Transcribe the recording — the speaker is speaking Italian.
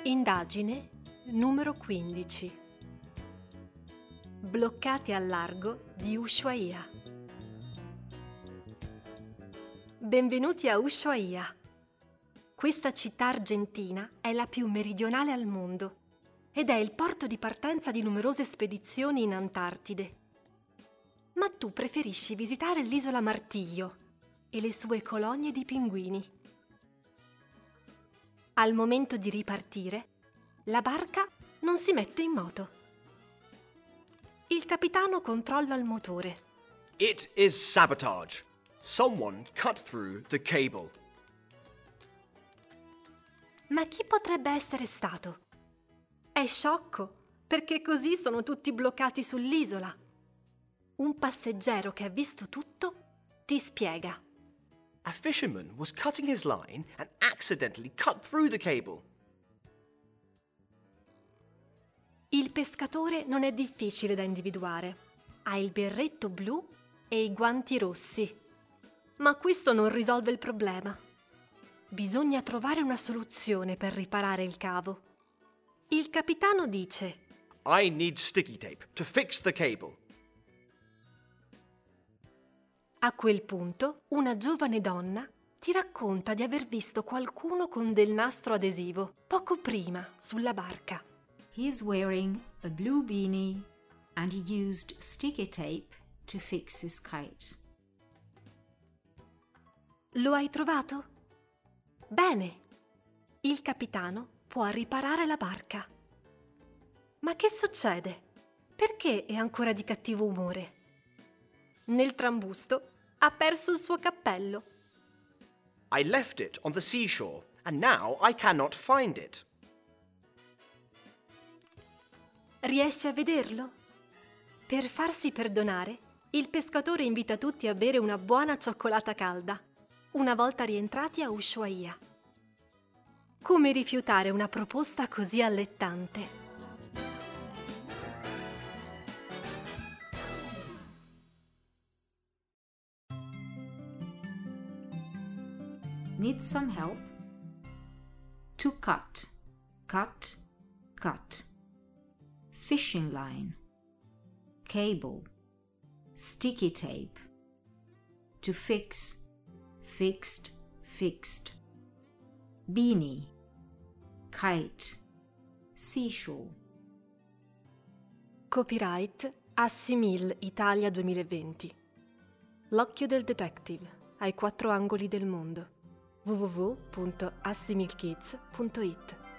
Indagine numero 15. Bloccati al largo di Ushuaia. Benvenuti a Ushuaia. Questa città argentina è la più meridionale al mondo ed è il porto di partenza di numerose spedizioni in Antartide. Ma tu preferisci visitare l'isola Martillo e le sue colonie di pinguini. Al momento di ripartire, la barca non si mette in moto. Il capitano controlla il motore. It is sabotage. Someone cut through the cable. Ma chi potrebbe essere stato? È sciocco, perché così sono tutti bloccati sull'isola. Un passeggero che ha visto tutto ti spiega. A fisherman was cutting his line and accidentally cut through the cable. Il pescatore non è difficile da individuare. Ha il berretto blu e i guanti rossi. Ma questo non risolve il problema. Bisogna trovare una soluzione per riparare il cavo. Il capitano dice: I need sticky tape to fix the cable. A quel punto, una giovane donna ti racconta di aver visto qualcuno con del nastro adesivo poco prima sulla barca. He is wearing a blue beanie and he used sticky tape to fix his kite. Lo hai trovato? Bene! Il capitano può riparare la barca. Ma che succede? Perché è ancora di cattivo umore? Nel trambusto ha perso il suo cappello. I left it on the seashore and now I cannot find it. Riesci a vederlo? Per farsi perdonare, il pescatore invita tutti a bere una buona cioccolata calda, una volta rientrati a Ushuaia. Come rifiutare una proposta così allettante? Need some help? To cut, cut, cut. Fishing line, cable, sticky tape. To fix, fixed, fixed. Beanie, kite, seashore. Copyright Assimil Italia 2020. L'occhio del detective ai 4 angoli del mondo. www.assimilkids.it